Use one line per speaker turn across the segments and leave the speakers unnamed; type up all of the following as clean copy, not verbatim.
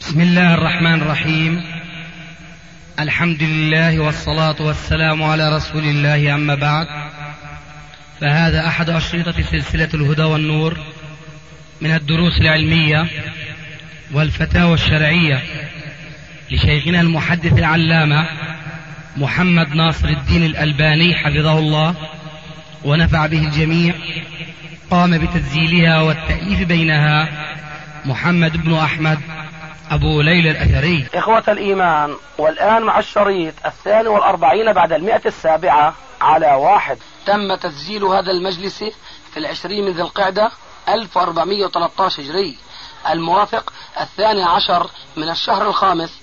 بسم الله الرحمن الرحيم. الحمد لله والصلاة والسلام على رسول الله، أما بعد، فهذا أحد أشرطة سلسلة الهدى والنور من الدروس العلمية والفتاوى الشرعية لشيخنا المحدث العلامة محمد ناصر الدين الألباني حفظه الله ونفع به الجميع. قام بتسجيلها والتأليف بينها محمد بن أحمد أبو ليلى الأثري.
إخوة الإيمان، والآن مع الشريط 42 بعد 107 على 1. تم تسجيل هذا المجلس في 20 من ذي القعدة 1413 هجري، الموافق 12 من الشهر الخامس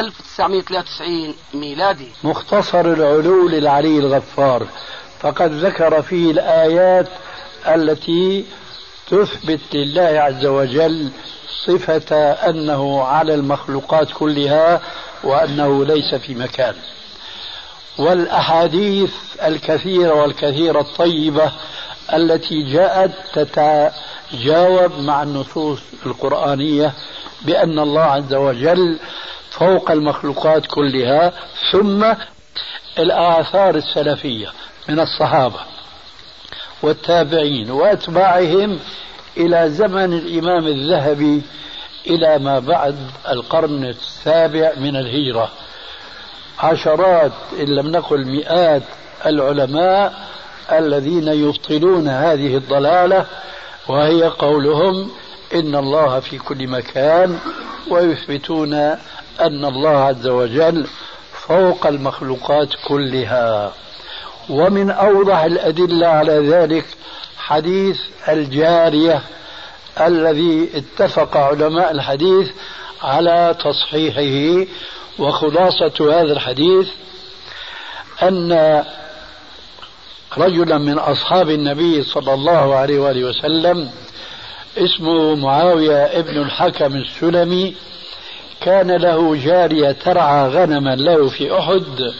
1993 ميلادي.
مختصر العلو للعلي الغفار، فقد ذكر فيه الآيات التي تثبت لله عز وجل صفة أنه على المخلوقات كلها وأنه ليس في مكان، والأحاديث الكثيرة الطيبة التي جاءت تتجاوب مع النصوص القرآنية بأن الله عز وجل فوق المخلوقات كلها، ثم الآثار السلفية من الصحابة والتابعين وأتباعهم إلى زمن الإمام الذهبي إلى ما بعد القرن السابع من الهجرة. عشرات إن لم نقل مئات العلماء الذين يبطلون هذه الضلالة، وهي قولهم إن الله في كل مكان، ويثبتون أن الله عز وجل فوق المخلوقات كلها. ومن أوضح الأدلة على ذلك حديث الجارية الذي اتفق علماء الحديث على تصحيحه. وخلاصة هذا الحديث أن رجلا من أصحاب النبي صلى الله عليه وآله وسلم اسمه معاوية ابن الحكم السلمي، كان له جارية ترعى غنما له في أحد،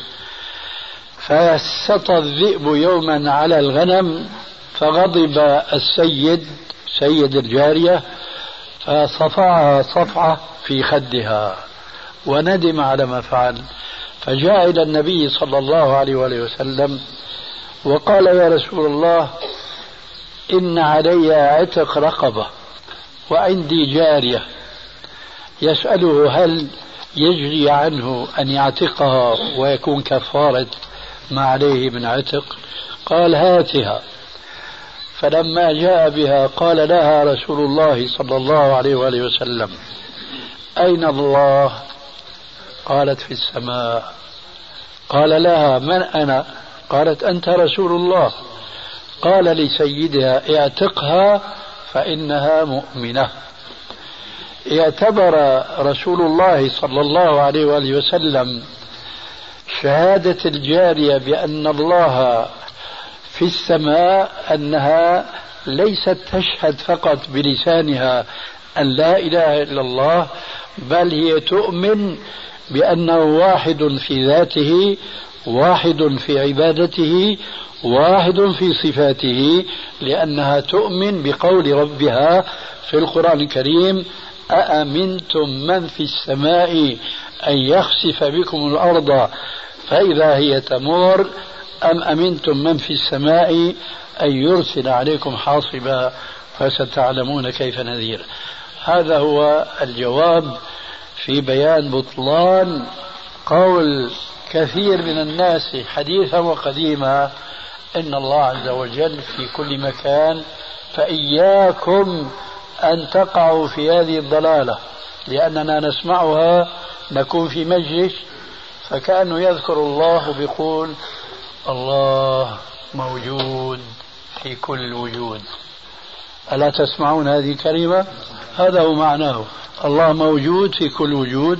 فسطى الذئب يوما على الغنم، فغضب السيد سيد الجارية فصفعها صفعة في خدها وندم على ما فعل، فجاء إلى النبي صلى الله عليه وآله وسلم وقال: يا رسول الله، إن علي عتق رقبة وعندي جارية. يسأله: هل يجري عنه أن يعتقها ويكون كفارة ما عليه من عتق؟ قال: هاتها. فلما جاء بها قال لها رسول الله صلى الله عليه وآله وسلم: أين الله؟ قالت: في السماء. قال لها: من أنا؟ قالت: أنت رسول الله. قال لسيدها: اعتقها فإنها مؤمنة. اعتبر رسول الله صلى الله عليه وآله وسلم شهادة الجارية بأن الله في السماء أنها ليست تشهد فقط بلسانها أن لا إله إلا الله، بل هي تؤمن بأنه واحد في ذاته، واحد في عبادته، واحد في صفاته، لأنها تؤمن بقول ربها في القرآن الكريم: أأمنتم من في السماء أن يخسف بكم الأرض فإذا هي تمور، أم أمنتم من في السماء أن يرسل عليكم حاصبا فستعلمون كيف نذير. هذا هو الجواب في بيان بطلان قول كثير من الناس حديثا وقديما إن الله عز وجل في كل مكان. فإياكم أن تقعوا في هذه الضلالة، لأننا نسمعها، نكون في مجلس فكأنه يذكر الله بيقول: الله موجود في كل الوجود. ألا تسمعون هذه الكلمة؟ هذا هو معناه، الله موجود في كل وجود.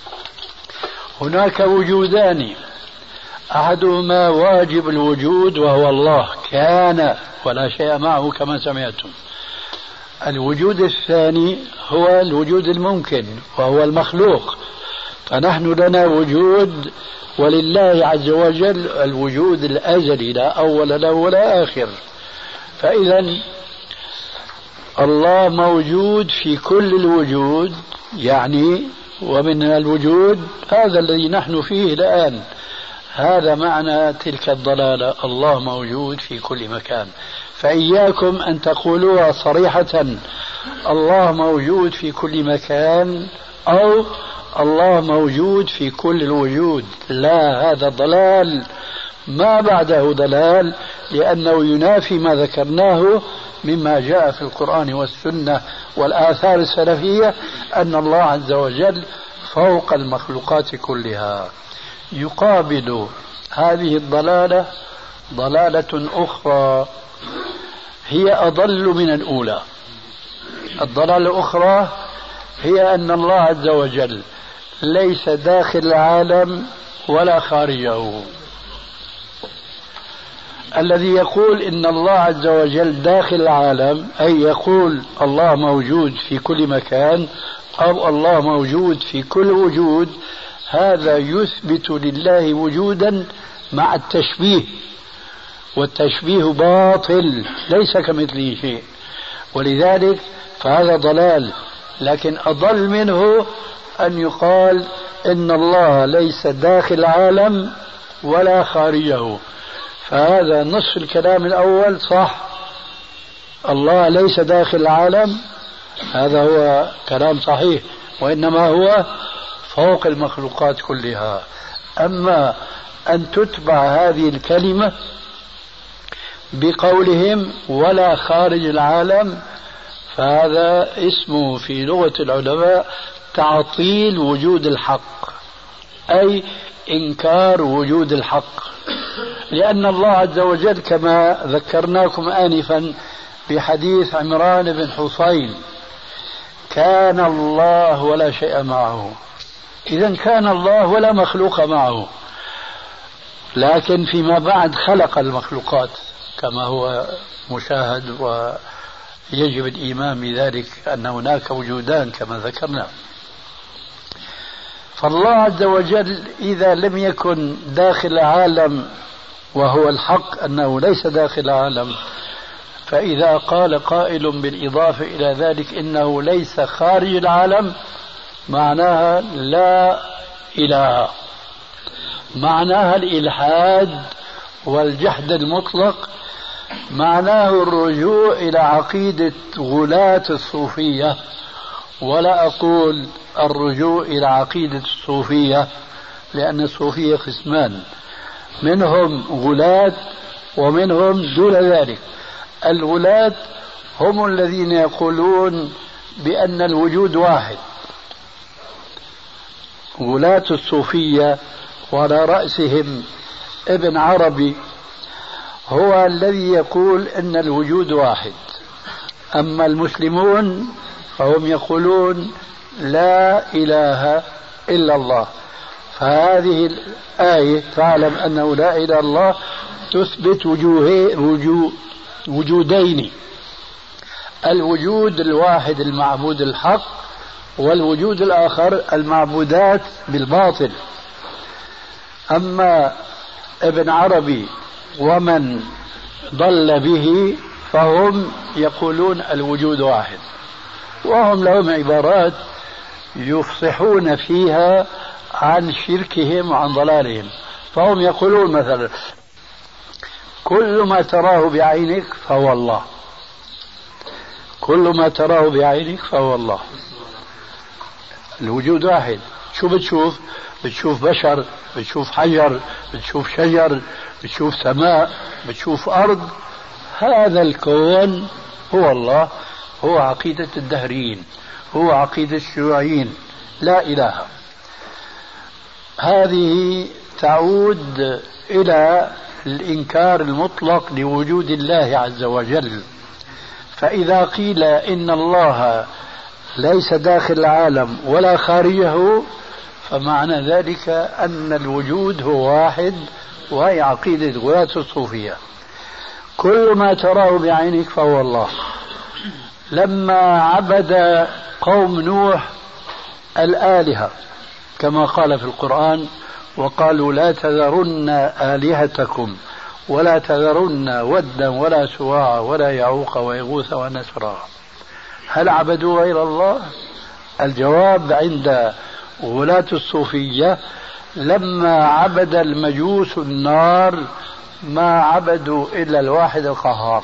هناك وجودان، أحدهما واجب الوجود وهو الله، كان ولا شيء معه كما سمعتم. الوجود الثاني هو الوجود الممكن وهو المخلوق. فنحن لنا وجود، ولله عز وجل الوجود الأزلي، لا أول له ولا آخر. فإذا الله موجود في كل الوجود، يعني ومن الوجود هذا الذي نحن فيه الآن. هذا معنى تلك الضلالة، الله موجود في كل مكان. فإياكم أن تقولوها صريحة الله موجود في كل مكان أو الله موجود في كل الوجود، لا، هذا ضلال ما بعده ضلال، لأنه ينافي ما ذكرناه مما جاء في القرآن والسنة والآثار السلفية أن الله عز وجل فوق المخلوقات كلها. يقابل هذه الضلالة ضلالة أخرى هي أضل من الأولى. الضلالة الأخرى هي أن الله عز وجل ليس داخل العالم ولا خارجه. الذي يقول إن الله عز وجل داخل العالم أي يقول الله موجود في كل مكان أو الله موجود في كل وجود، هذا يثبت لله وجودا مع التشبيه، والتشبيه باطل ليس كمثله شيء، ولذلك فهذا ضلال. لكن أضل منه أن يقال إن الله ليس داخل العالم ولا خارجه، فهذا نصف الكلام الأول صح، الله ليس داخل العالم، هذا هو كلام صحيح، وإنما هو فوق المخلوقات كلها. أما أن تتبع هذه الكلمة بقولهم ولا خارج العالم، فهذا اسمه في لغة العلماء تعطيل وجود الحق، أي إنكار وجود الحق. لأن الله عز وجل كما ذكرناكم آنفا بحديث عمران بن حصين كان الله ولا شيء معه، إذن كان الله ولا مخلوق معه، لكن فيما بعد خلق المخلوقات كما هو مشاهد، ويجب الإيمان بذلك أن هناك وجودان كما ذكرنا. فالله عز وجل إذا لم يكن داخل العالم وهو الحق أنه ليس داخل العالم، فإذا قال قائل بالإضافة إلى ذلك إنه ليس خارج العالم معناها لا إله، معناها الإلحاد والجحد المطلق، معناه الرجوع إلى عقيدة غلاة الصوفية. ولا أقول الرجوع إلى عقيدة الصوفية، لأن الصوفية قسمان، منهم غلاة ومنهم دون ذلك. الغلاة هم الذين يقولون بأن الوجود واحد، غلاة الصوفية، وعلى رأسهم ابن عربي هو الذي يقول أن الوجود واحد. أما المسلمون فهم يقولون لا إله إلا الله. فهذه الآية تعلم أنه لا إله إلا الله تثبت وجودين، الوجود الواحد المعبود الحق، والوجود الآخر المعبودات بالباطل. أما ابن عربي ومن ضل به فهم يقولون الوجود واحد، وهم لهم عبارات يفصحون فيها عن شركهم وعن ضلالهم. فهم يقولون مثلا كل ما تراه بعينك فهو الله، كل ما تراه بعينك فهو الله. الوجود واحد، شو بتشوف؟ بتشوف بشر، بتشوف حجر، بتشوف شجر، بتشوف سماء، بتشوف أرض. هذا الكون هو الله، هو عقيدة الدهريين، هو عقيدة الشيوعيين، لا إله. هذه تعود إلى الإنكار المطلق لوجود الله عز وجل. فإذا قيل إن الله ليس داخل العالم ولا خارجه، فمعنى ذلك أن الوجود هو واحد، وهي عقيدة غلاة الصوفية. كل ما تراه بعينك فهو الله. لما عبد قوم نوح الآلهة كما قال في القرآن وقالوا لا تذرن آلهتكم ولا تذرن ودا ولا سواع ولا يعوق ويغوث ونسرا، هل عبدوا غير الله؟ الجواب عند وولاة الصوفية لما عبد المجوس النار ما عبدوا إلا الواحد القهار.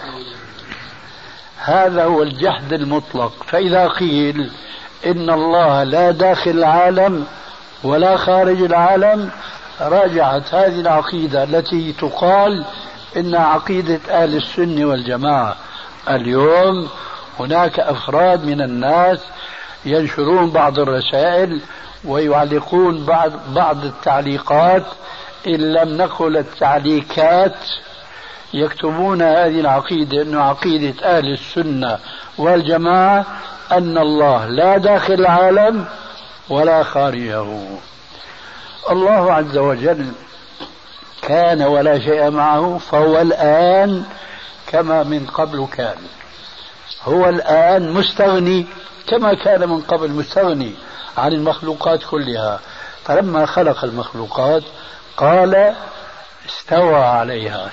هذا هو الجحد المطلق. فإذا قيل إن الله لا داخل العالم ولا خارج العالم، راجعت هذه العقيدة التي تقال إن عقيدة أهل السنة والجماعة. اليوم هناك أفراد من الناس ينشرون بعض الرسائل ويعلقون بعض التعليقات، إن لم نقل التعليقات، يكتبون هذه العقيدة أنه عقيدة أهل السنة والجماعة أن الله لا داخل العالم ولا خارجه. الله عز وجل كان ولا شيء معه، فهو الآن كما من قبل كان. هو الآن مستغني كما كان من قبل مستغني عن المخلوقات كلها. فلما خلق المخلوقات قال استوى عليها،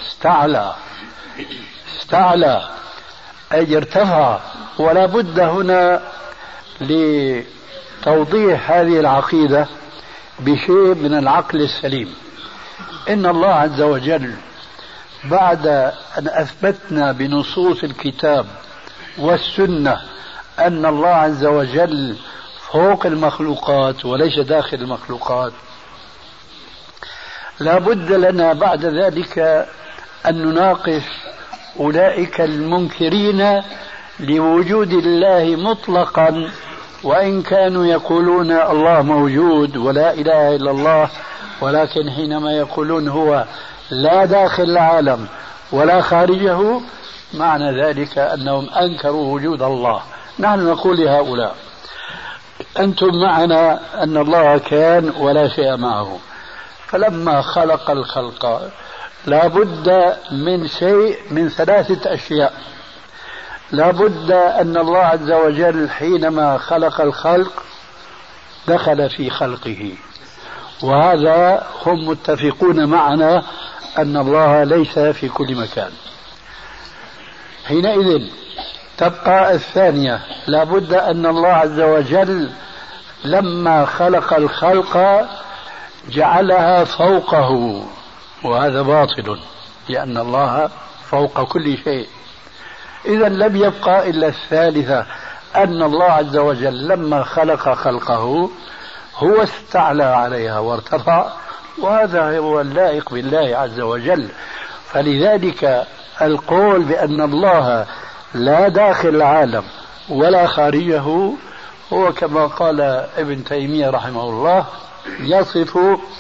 استعلى أي ارتفع. ولا بد هنا لتوضيح هذه العقيدة بشيء من العقل السليم. إن الله عز وجل بعد أن أثبتنا بنصوص الكتاب والسنة أن الله عز وجل فوق المخلوقات وليس داخل المخلوقات، لا بد لنا بعد ذلك أن نناقش أولئك المنكرين لوجود الله مطلقا، وإن كانوا يقولون الله موجود ولا إله إلا الله، ولكن حينما يقولون هو لا داخل العالم ولا خارجه، معنى ذلك أنهم أنكروا وجود الله. نحن نقول لهؤلاء أنتم معنا أن الله كان ولا شيء معه، فلما خلق الخلق لا بد من شيء من ثلاثة أشياء. لا بد أن الله عز وجل حينما خلق الخلق دخل في خلقه، وهذا هم متفقون معنا أن الله ليس في كل مكان. حينئذ تبقى الثانية، لا بد أن الله عز وجل لما خلق الخلق جعلها فوقه، وهذا باطل لأن الله فوق كل شيء. إذا لم يبقى إلا الثالثة، أن الله عز وجل لما خلق خلقه هو استعلى عليها وارتفع، وهذا هو اللائق بالله عز وجل. فلذلك القول بأن الله لا داخل العالم ولا خارجه هو كما قال ابن تيمية رحمه الله يصف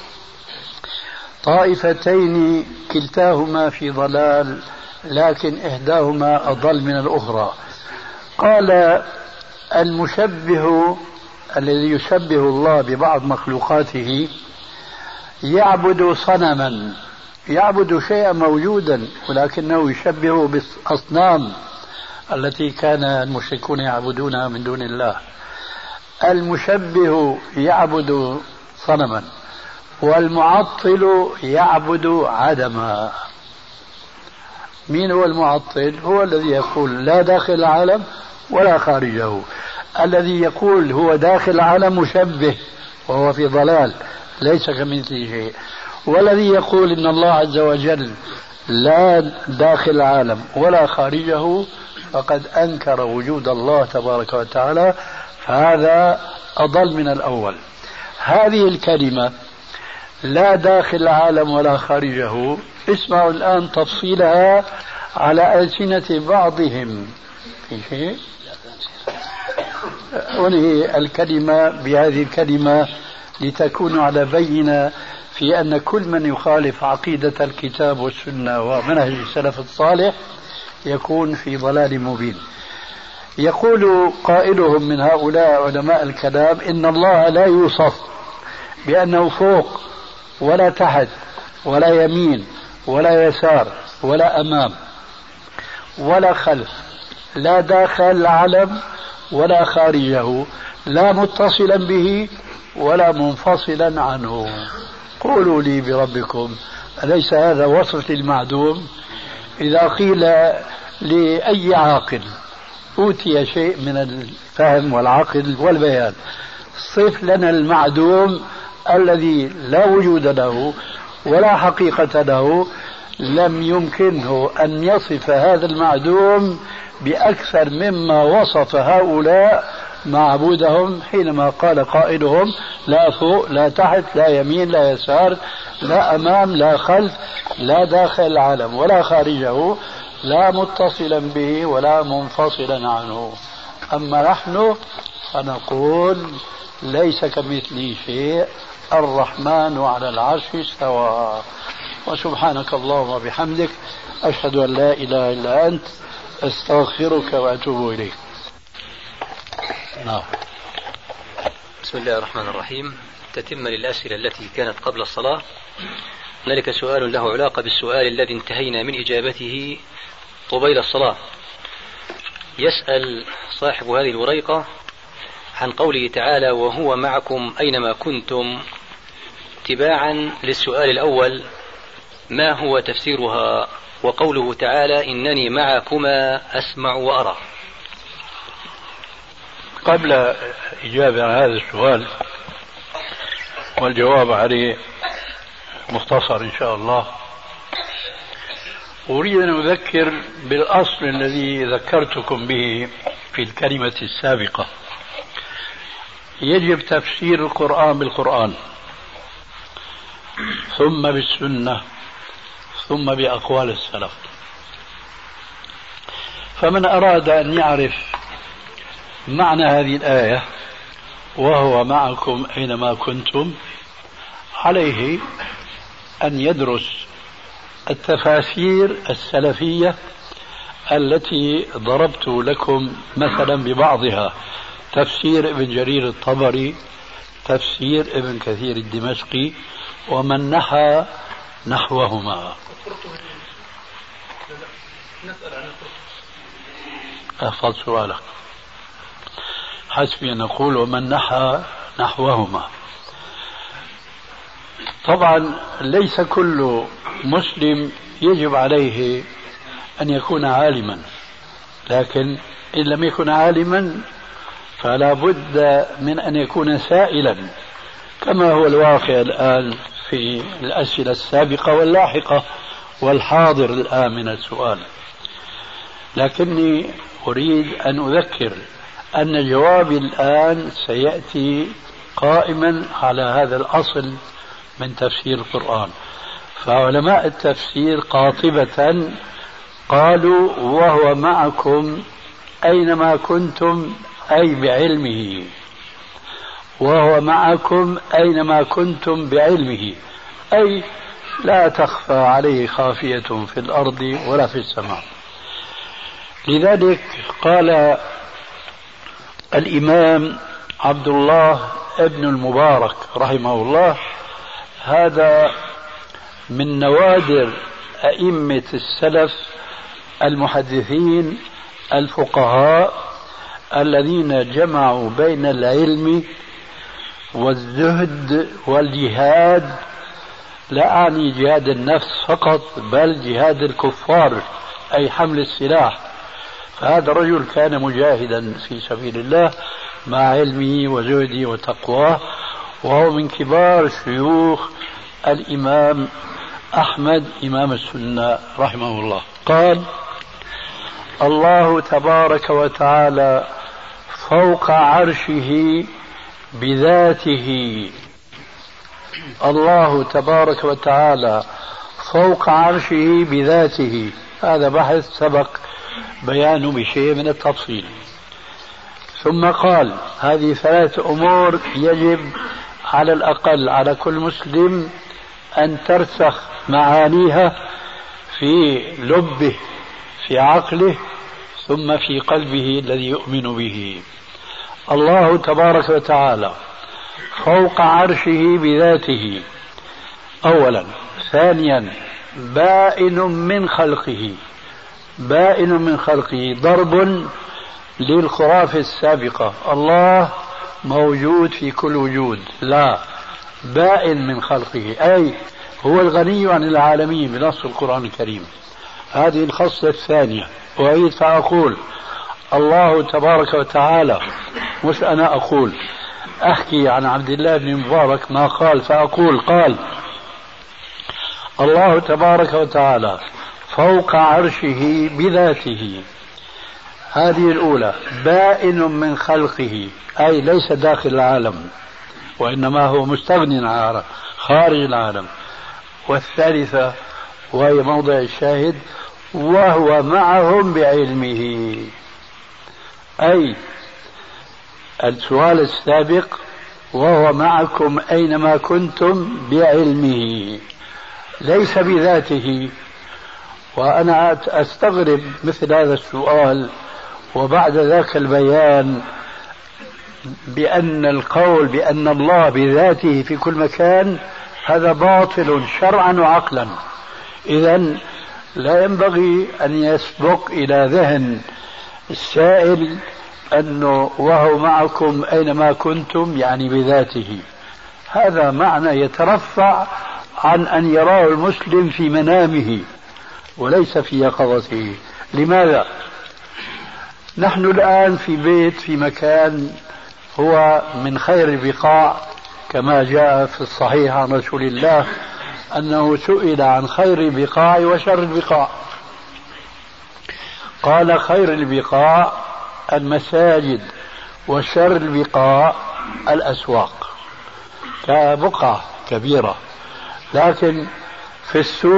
طائفتين كلتاهما في ضلال لكن إحداهما أضل من الأخرى. قال المشبه الذي يشبه الله ببعض مخلوقاته يعبد صنما، يعبد شيئا موجودا ولكنه يشبهه بالأصنام التي كان المشركون يعبدونها من دون الله. المشبه يعبد صنما، والمعطل يعبد عدما. مين هو المعطل؟ هو الذي يقول لا داخل العالم ولا خارجه. الذي يقول هو داخل العالم مشبه وهو في ضلال ليس كمثله شيء. والذي يقول إن الله عز وجل لا داخل العالم ولا خارجه فقد أنكر وجود الله تبارك وتعالى، فهذا أضل من الأول. هذه الكلمة لا داخل العالم ولا خارجه، اسمعوا الآن تفصيلها على ألسنة بعضهم. في شيء أنهي الكلمة بهذه الكلمة لتكونوا على بينة في أن كل من يخالف عقيدة الكتاب والسنة ومنهج السلف الصالح يكون في ضلال مبين. يقول قائلهم من هؤلاء علماء الكلام إن الله لا يوصف بأنه فوق ولا تحت ولا يمين ولا يسار ولا أمام ولا خلف، لا داخل العالم ولا خارجه، لا متصلا به ولا منفصلا عنه. قولوا لي بربكم أليس هذا وصف للمعدوم؟ إذا قيل لأي عاقل أوتي شيء من الفهم والعقل والبيان صف لنا المعدوم الذي لا وجود له ولا حقيقة له. لم يمكنه أن يصف هذا المعدوم بأكثر مما وصف هؤلاء معبودهم حينما قال قائلهم لا فوق لا تحت لا يمين لا يسار لا أمام لا خلف لا داخل العالم ولا خارجه لا متصلا به ولا منفصلا عنه. أما نحن فنقول ليس كمثله شيء الرحمن على العرش استوى. وسبحانك اللهم وبحمدك أشهد أن لا إله إلا أنت أستغفرك وأتوب إليك.
نعم. بسم الله الرحمن الرحيم. تتم للأسئلة التي كانت قبل الصلاة. هنالك سؤال له علاقة بالسؤال الذي انتهينا من إجابته قبيل الصلاة. يسأل صاحب هذه الوريقة عن قوله تعالى وهو معكم أينما كنتم. تباعا للسؤال الأول ما هو تفسيرها وقوله تعالى إنني معكما أسمع وأرى؟
قبل إجابة على هذا السؤال والجواب عليه مختصر إن شاء الله، أريد أن أذكر بالأصل الذي ذكرتكم به في الكلمة السابقة. يجب تفسير القرآن بالقرآن ثم بالسنة ثم بأقوال السلف. فمن أراد أن يعرف معنى هذه الآية وهو معكم أينما كنتم عليه أن يدرس التفاسير السلفية التي ضربت لكم مثلا ببعضها: تفسير ابن جرير الطبري، تفسير ابن كثير الدمشقي، ومن نحى نحوهما. أحفظ سؤالك. حسبي أن نقول ومن نحى نحوهما. طبعا ليس كل مسلم يجب عليه أن يكون عالما، لكن إن لم يكن عالما فلا بد من أن يكون سائلا كما هو الواقع الآن في الأسئلة السابقة واللاحقة والحاضر الآن من السؤال. لكني أريد أن أذكر أن جوابي الآن سيأتي قائما على هذا الأصل من تفسير القرآن. فعلماء التفسير قاطبة قالوا وهو معكم أينما كنتم، أي بعلمه، وهو معكم أينما كنتم بعلمه، أي لا تخفى عليه خافية في الأرض ولا في السماء. لذلك قال الإمام عبد الله ابن المبارك رحمه الله، هذا من نوادر أئمة السلف المحدثين الفقهاء الذين جمعوا بين العلم والزهد والجهاد، لا أعني جهاد النفس فقط بل جهاد الكفار أي حمل السلاح. فهذا الرجل كان مجاهدا في سبيل الله مع علمه وزهده وتقواه، وهو من كبار شيوخ الإمام أحمد إمام السنة رحمه الله. قال الله تبارك وتعالى فوق عرشه بذاته. الله تبارك وتعالى فوق عرشه بذاته. هذا بحث سبق بيانه بشيء من التفصيل. ثم قال هذه ثلاث أمور يجب على الأقل على كل مسلم أن ترسخ معانيها في لبه في عقله ثم في قلبه الذي يؤمن به. الله تبارك وتعالى فوق عرشه بذاته أولا. ثانيا بائن من خلقه. بائن من خلقه ضرب للخرافة السابقة الله موجود في كل وجود، لا، بائن من خلقه أي هو الغني عن العالمين بنص القرآن الكريم. هذه الخصلة الثانية. وأعيد فأقول الله تبارك وتعالى، مش أنا أقول، أحكي عن عبد الله بن مبارك ما قال فأقول قال: الله تبارك وتعالى فوق عرشه بذاته، هذه الأولى، بائن من خلقه، أي ليس داخل العالم وإنما هو مستغن عن خارج العالم. والثالثة وهي موضع الشاهد: وهو معهم بعلمه، أي السؤال السابق وهو معكم أينما كنتم بعلمه، ليس بذاته. وأنا أستغرب مثل هذا السؤال وبعد ذاك البيان بأن القول بأن الله بذاته في كل مكان هذا باطل شرعا وعقلا. إذن لا ينبغي أن يسبق إلى ذهن السائل أنه وهو معكم أينما كنتم يعني بذاته. هذا معنى يترفع عن أن يراه المسلم في منامه وليس في يقظته. لماذا؟ نحن الآن في بيت في مكان هو من خير البقاع، كما جاء في الصحيح عن رسول الله أنه سئل عن خير البقاع وشر البقاع، قال: خير البقاع المساجد وشر البقاع الأسواق. كبقعة كبيرة، لكن في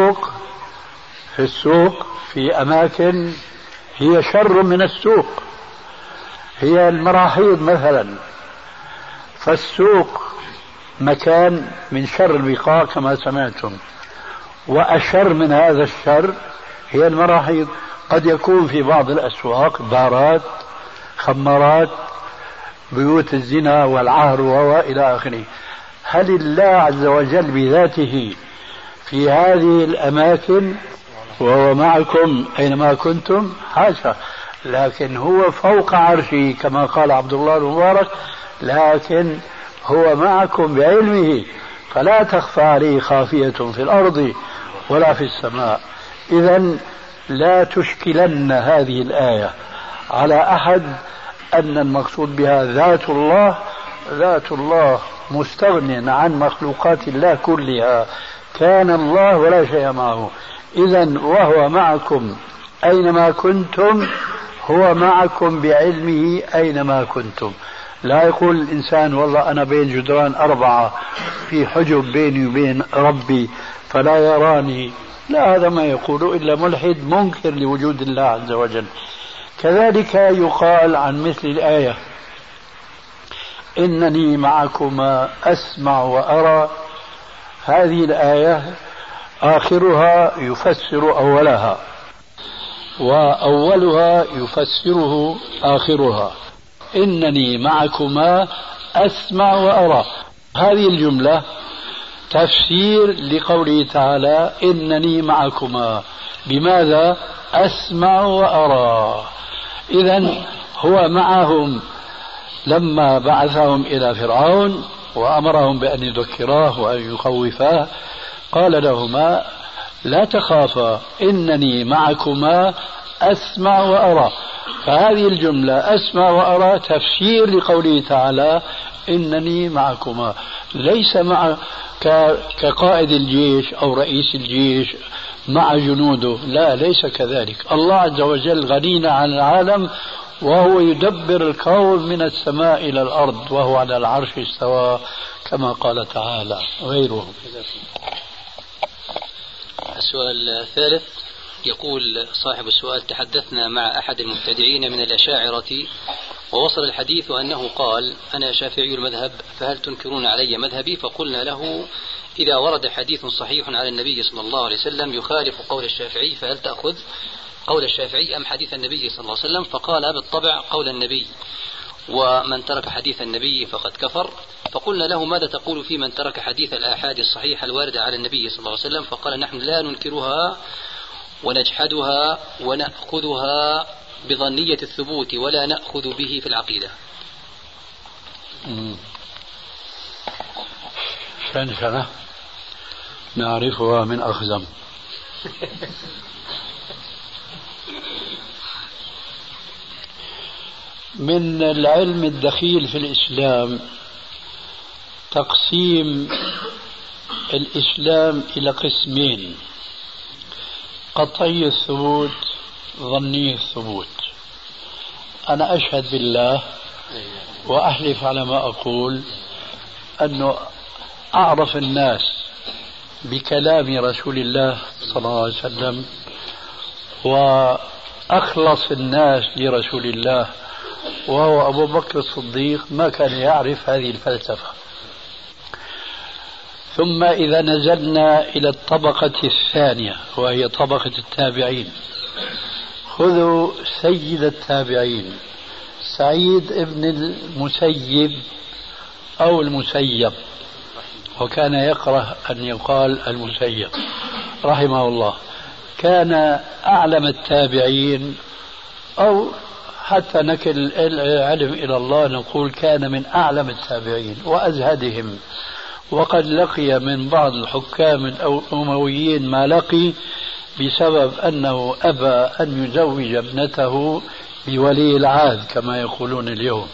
السوق في أماكن هي شر من السوق، هي المراحيض مثلا، فالسوق مكان من شر البقاع كما سمعتم، وأشر من هذا الشر هي المراحيض. قد يكون في بعض الأسواق بارات، خمارات، بيوت الزنا والعهر وإلى آخره. هل الله عز وجل بذاته في هذه الأماكن وهو معكم أينما كنتم؟ حاشا، لكن هو فوق عرشه كما قال عبد الله المبارك، لكن هو معكم بعلمه فلا تخفى عليه خافية في الأرض ولا في السماء. إذن لا تشكلن هذه الآية على أحد أن المقصود بها ذات الله. ذات الله مستغن عن مخلوقات الله كلها، كان الله ولا شيء معه. إذن وهو معكم أينما كنتم، هو معكم بعلمه أينما كنتم. لا يقول الإنسان: والله أنا بين جدران 4 في حجب بيني وبين ربي فلا يراني. لا، هذا ما يقوله إلا ملحد منكر لوجود الله عز وجل. كذلك يقال عن مثل الآية: إنني معكما أسمع وأرى. هذه الآية آخرها يفسر أولها، وأولها يفسره آخرها. إنني معكما أسمع وأرى، هذه الجملة تفسير لقوله تعالى: إنني معكما. بماذا؟ أسمع وأرى. إذن هو معهم لما بعثهم إلى فرعون وأمرهم بأن يذكراه وأن يخوفاه، قال لهما: لا تخافا إنني معكما أسمع وأرى. فهذه الجملة أسمع وأرى تفسير لقوله تعالى: إنني معكما. ليس مع كقائد الجيش أو رئيس الجيش مع جنوده، لا، ليس كذلك. الله عز وجل غني عن العالم، وهو يدبر الكون من السماء إلى الأرض، وهو على العرش استوى كما قال تعالى. غيره.
السؤال الثالث، يقول صاحب السؤال: تحدثنا مع أحد المبتدعين من الأشاعرة ووصل الحديث أنه قال: أنا شافعي المذهب، فهل تنكرون علي مذهبي؟ فقلنا له: إذا ورد حديث صحيح على النبي صلى الله عليه وسلم يخالف قول الشافعي فهل تأخذ قول الشافعي أم حديث النبي صلى الله عليه وسلم؟ فقال: بالطبع قول النبي، ومن ترك حديث النبي فقد كفر. فقلنا له: ماذا تقول في من ترك حديث الآحاد الصحيحة الواردة على النبي صلى الله عليه وسلم؟ فقال: نحن لا ننكرها ونجحدها ونأخذها بظنية الثبوت ولا نأخذ به في العقيدة.
شنشنة نعرفها من أخزم. من العلم الدخيل في الإسلام تقسيم الإسلام إلى قسمين: قطعي الثبوت، ظني الثبوت. أنا أشهد بالله وأحلف على ما أقول أنه أعرف الناس بكلام رسول الله صلى الله عليه وسلم وأخلص الناس لرسول الله وهو أبو بكر الصديق ما كان يعرف هذه الفلسفة. ثم إذا نزلنا إلى الطبقة الثانية وهي طبقة التابعين، خذوا سيد التابعين سعيد ابن المسيب أو المسيب، وكان يكره أن يقال المسيب رحمه الله، كان أعلم التابعين، أو حتى نكل العلم إلى الله نقول كان من أعلم التابعين وأزهدهم، وقد لقي من بعض الحكام الأمويين ما لقي بسبب أنه أبى أن يزوج ابنته بولي العهد كما يقولون اليوم،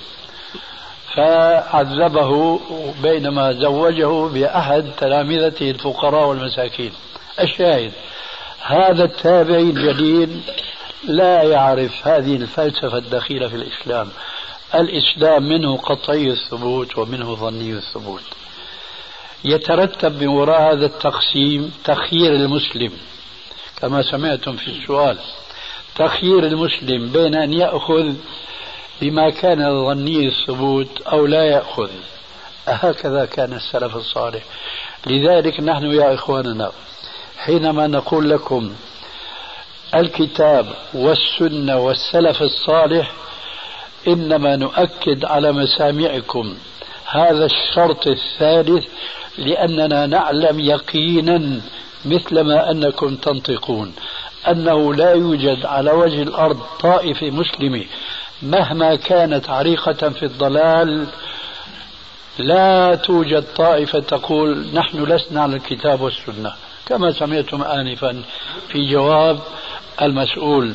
فعذبه بينما زوجه بأحد تلامذته الفقراء والمساكين. الشاهد هذا التابعي الجليل لا يعرف هذه الفلسفة الدخيلة في الإسلام. الإسلام منه قطعي الثبوت ومنه ظني الثبوت. يترتب من وراء هذا التقسيم تخيير المسلم كما سمعتم في السؤال، تخيير المسلم بين أن يأخذ بما كان ظني الثبوت أو لا يأخذ. هكذا كان السلف الصالح. لذلك نحن يا إخواننا حينما نقول لكم الكتاب والسنة والسلف الصالح إنما نؤكد على مسامعكم هذا الشرط الثالث، لأننا نعلم يقينا مثلما أنكم تنطقون أنه لا يوجد على وجه الأرض طائفة مسلمة مهما كانت عريقة في الضلال، لا توجد طائفة تقول نحن لسنا على الكتاب والسنة كما سمعتم آنفا في جواب المسؤول.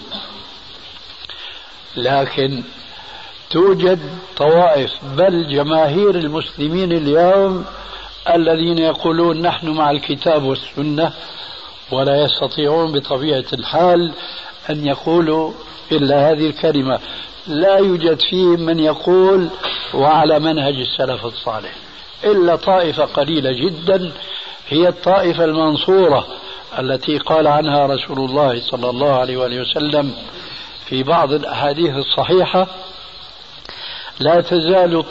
لكن توجد طوائف بل جماهير المسلمين اليوم الذين يقولون نحن مع الكتاب والسنة، ولا يستطيعون بطبيعة الحال أن يقولوا إلا هذه الكلمة. لا يوجد فيهم من يقول وعلى منهج السلف الصالح إلا طائفة قليلة جدا، هي الطائفة المنصورة التي قال عنها رسول الله صلى الله عليه وآله وسلم في بعض الأحاديث الصحيحة: لا تزال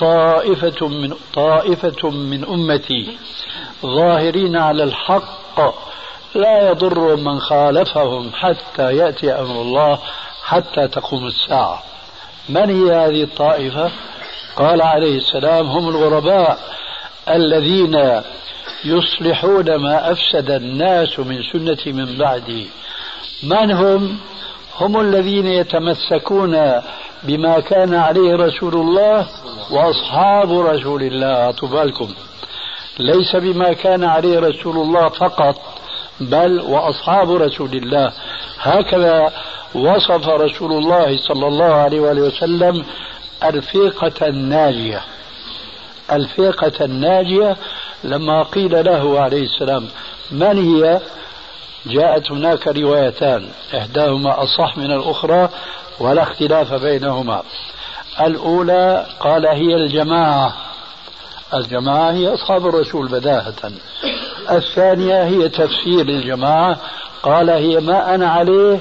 طائفة من أمتي ظاهرين على الحق لا يضر من خالفهم حتى يأتي أمر الله حتى تقوم الساعة. من هي هذه الطائفة؟ قال عليه السلام: هم الغرباء الذين يصلحون ما أفسد الناس من سنتي من بعدي. من هم؟ هم الذين يتمسكون بما كان عليه رسول الله وأصحاب رسول الله. أطبالكم ليس بما كان عليه رسول الله فقط بل وأصحاب رسول الله. هكذا وصف رسول الله صلى الله عليه وآله وسلم الفرقة الناجية. الفرقة الناجية لما قيل له عليه السلام من هي؟ جاءت هناك روايتان إحداهما أصح من الأخرى ولا اختلاف بينهما. الأولى قال هي الجماعة، الجماعة هي أصحاب الرسول بداهة. الثانية هي تفسير الجماعة، قال هي ما أنا عليه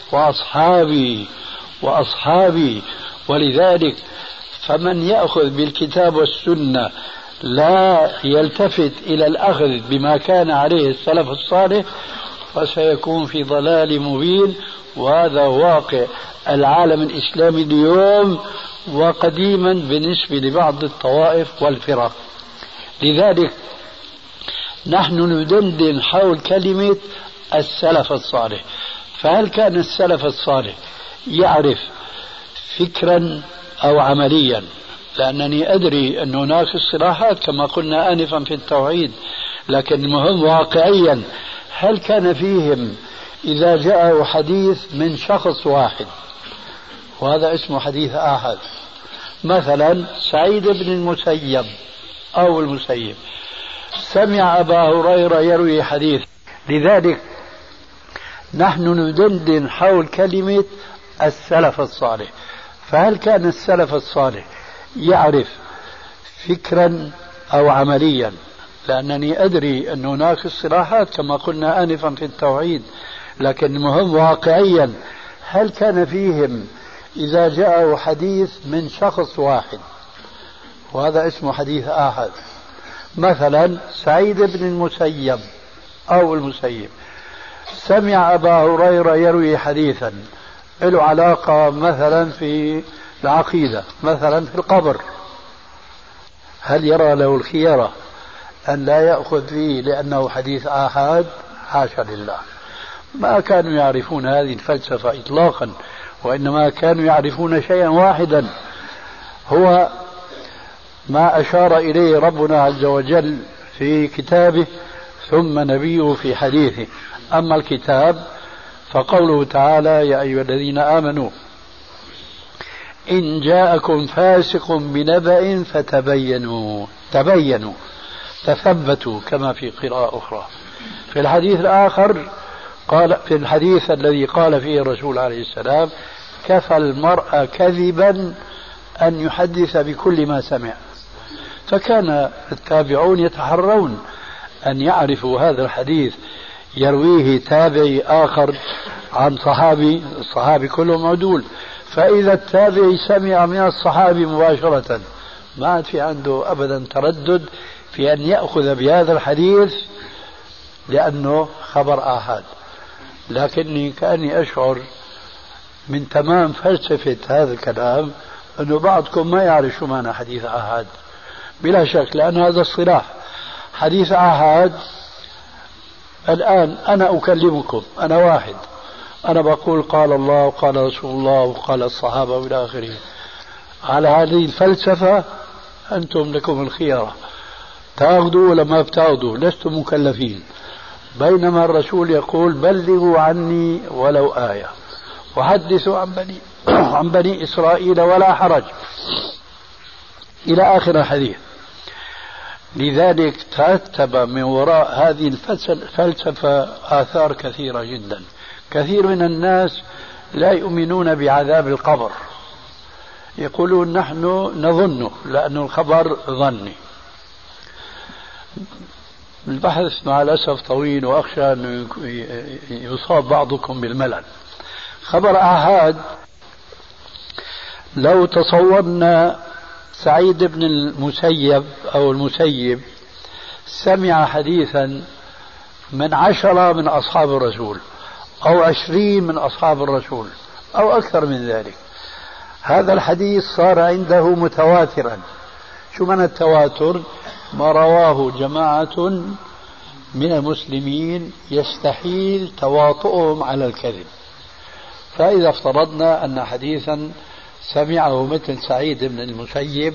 وأصحابي. ولذلك فمن يأخذ بالكتاب والسنة لا يلتفت إلى الأخذ بما كان عليه السلف الصالح فسيكون في ضلال مبين. وهذا واقع العالم الإسلامي اليوم وقديما بالنسبة لبعض الطوائف والفرق. لذلك نحن ندندن حول كلمة السلف الصالح. فهل كان السلف الصالح يعرف فكرا أو عمليا؟ لأنني أدري أن هناك اصطلاحات كما قلنا آنفا في التوحيد، لكن المهم واقعيا هل كان فيهم إذا جاءه حديث من شخص واحد، وهذا اسمه حديث آحاد، مثلا سعيد بن المسيب أو المسيب سمع أبا هريرة يروي حديث. لذلك نحن ندندن حول كلمة السلف الصالح. فهل كان السلف الصالح يعرف فكرا أو عمليا؟ لأنني أدري أن هناك اصطلاحات كما قلنا آنفا في التوحيد، لكن المهم واقعيا هل كان فيهم إذا جاءه حديث من شخص واحد، وهذا اسمه حديث آحاد، مثلا سعيد بن المسيب أو المسيب سمع أبا هريرة يروي حديثا له علاقة مثلا في العقيدة، مثلا في القبر، هل يرى له الخيرة أن لا يأخذ فيه لأنه حديث آحاد؟ حاشا لله، ما كانوا يعرفون هذه الفلسفة إطلاقا، وإنما كانوا يعرفون شيئا واحدا هو ما أشار إليه ربنا عز وجل في كتابه ثم نبيه في حديثه. أما الكتاب فقوله تعالى: يا أيها الذين آمنوا إن جاءكم فاسق بنبأ فتبينوا، تبينوا تثبتوا كما في قراءة أخرى. في الحديث الآخر قال، في الحديث الذي قال فيه الرسول عليه السلام: كفى المرء كذبا أن يحدث بكل ما سمع. فكان التابعون يتحرون أن يعرفوا هذا الحديث يرويه تابعي آخر عن صحابي، الصحابي كلهم عدول، فإذا التابعي سمع من الصحابي مباشرة ما عاد في عنده أبدا تردد في أن يأخذ بهذا الحديث لأنه خبر آحاد. لكني كأني أشعر من تمام فلسفة هذا الكلام أنه بعضكم ما يعرف شو معنى حديث آحاد، بلا شك، لأن هذا الصلاح حديث آحاد. الآن أنا أكلمكم، أنا واحد، أنا بقول قال الله وقال رسول الله وقال الصحابة وإلى آخره، على هذه الفلسفة أنتم لكم الخيارة، تأخذوا ولا ما بتأخذوا، لستم مكلفين. بينما الرسول يقول: بلغوا عني ولو آية وحدثوا عن بني إسرائيل ولا حرج، إلى آخر الحديث. لذلك ترتب من وراء هذه الفلسفة آثار كثيرة جدا. كثير من الناس لا يؤمنون بعذاب القبر، يقولون نحن نظنه لأن الخبر ظني. البحث مع الأسف طويل وأخشى أن يصاب بعضكم بالملل. خبر آحاد، لو تصورنا سعيد بن المسيب أو المسيب سمع حديثا من 10 من أصحاب الرسول أو 20 من أصحاب الرسول أو أكثر من ذلك، هذا الحديث صار عنده متواترا. شو معنى التواتر؟ ما رواه جماعة من المسلمين يستحيل تواطؤهم على الكذب. فإذا افترضنا أن حديثا سمعه مثل سعيد بن المسيب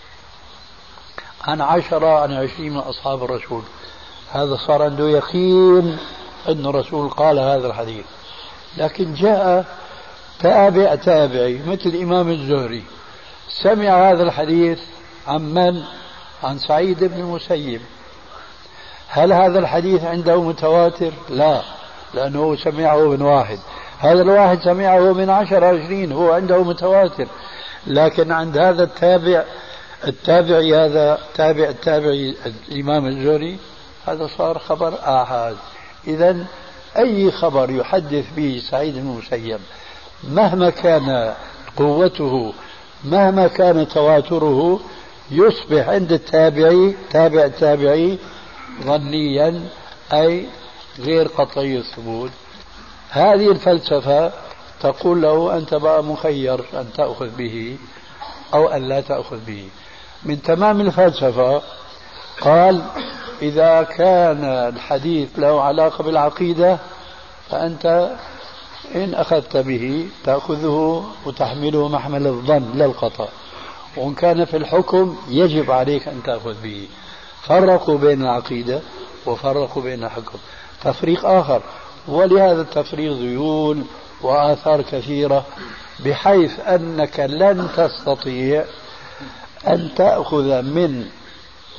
عن 10 عن 20 من أصحاب الرسول، هذا صار عنده يقين أن الرسول قال هذا الحديث. لكن جاء تابعي مثل الإمام الزهري سمع هذا الحديث عن من؟ عن سعيد بن المسيب. هل هذا الحديث عنده متواتر؟ لا، لأنه سمعه من واحد، هذا الواحد سمعه من 10 20، هو عنده متواتر. لكن عند هذا التابعي هذا التابعي الإمام الزهري، هذا صار خبر آحاد. إذن أي خبر يحدث به سعيد بن المسيب مهما كان قوته، مهما كان تواتره، يصبح عند التابعي ظنيا، أي غير قطعي الثبوت. هذه الفلسفة تقول له أنت بقى مخير أن تأخذ به أو أن لا تأخذ به. من تمام الفلسفة قال: إذا كان الحديث له علاقة بالعقيدة فأنت إن أخذت به تأخذه وتحمله محمل الظن لا الخطأ، وإن كان في الحكم يجب عليك أن تأخذ به. فرقوا بين العقيدة وفرقوا بين الحكم تفريق آخر، ولهذا التفريق ذيول وآثار كثيرة، بحيث أنك لن تستطيع أن تأخذ من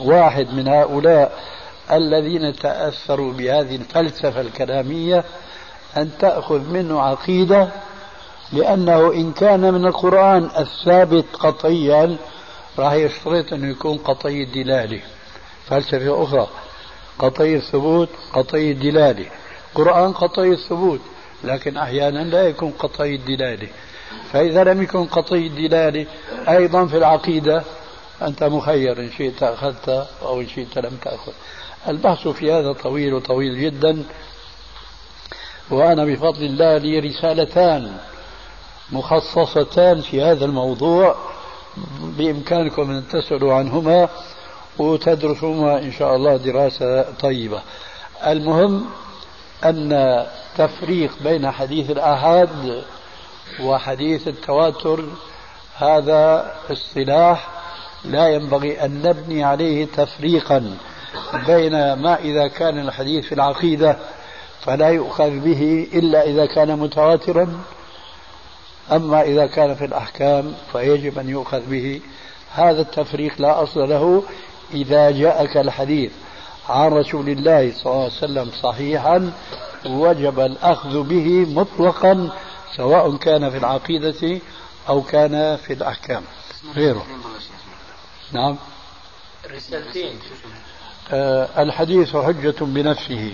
واحد من هؤلاء الذين تأثروا بهذه الفلسفة الكلامية أن تأخذ منه عقيدة، لأنه إن كان من القرآن الثابت قطعيا راح يشترط أنه يكون قطعي الدلالة. فلسفة أخرى قطعي الثبوت قطعي الدلالة، قرآن قطعي الثبوت لكن أحيانا لا يكون قطعي الدلالة. فإذا لم يكن قطعي الدلالة أيضا في العقيدة أنت مخير، إن شئت أخذت أو إن شئت لم تأخذ. البحث في هذا طويل وطويل جدا، وأنا بفضل الله لي رسالتان مخصصتان في هذا الموضوع بإمكانكم أن تسألوا عنهما وتدرسوهما إن شاء الله دراسة طيبة. المهم أن تفريق بين حديث الآحاد وحديث التواتر هذا اصطلاح لا ينبغي أن نبني عليه تفريقا بين ما إذا كان الحديث في العقيدة فلا يؤخذ به إلا إذا كان متواترا، أما إذا كان في الأحكام فيجب أن يؤخذ به. هذا التفريق لا أصل له. إذا جاءك الحديث عن رسول الله صلى الله عليه وسلم صحيحا وجب الأخذ به مطلقا، سواء كان في العقيدة أو كان في الأحكام غيره. نعم.
الرسالتين.
الحديث حجة بنفسه،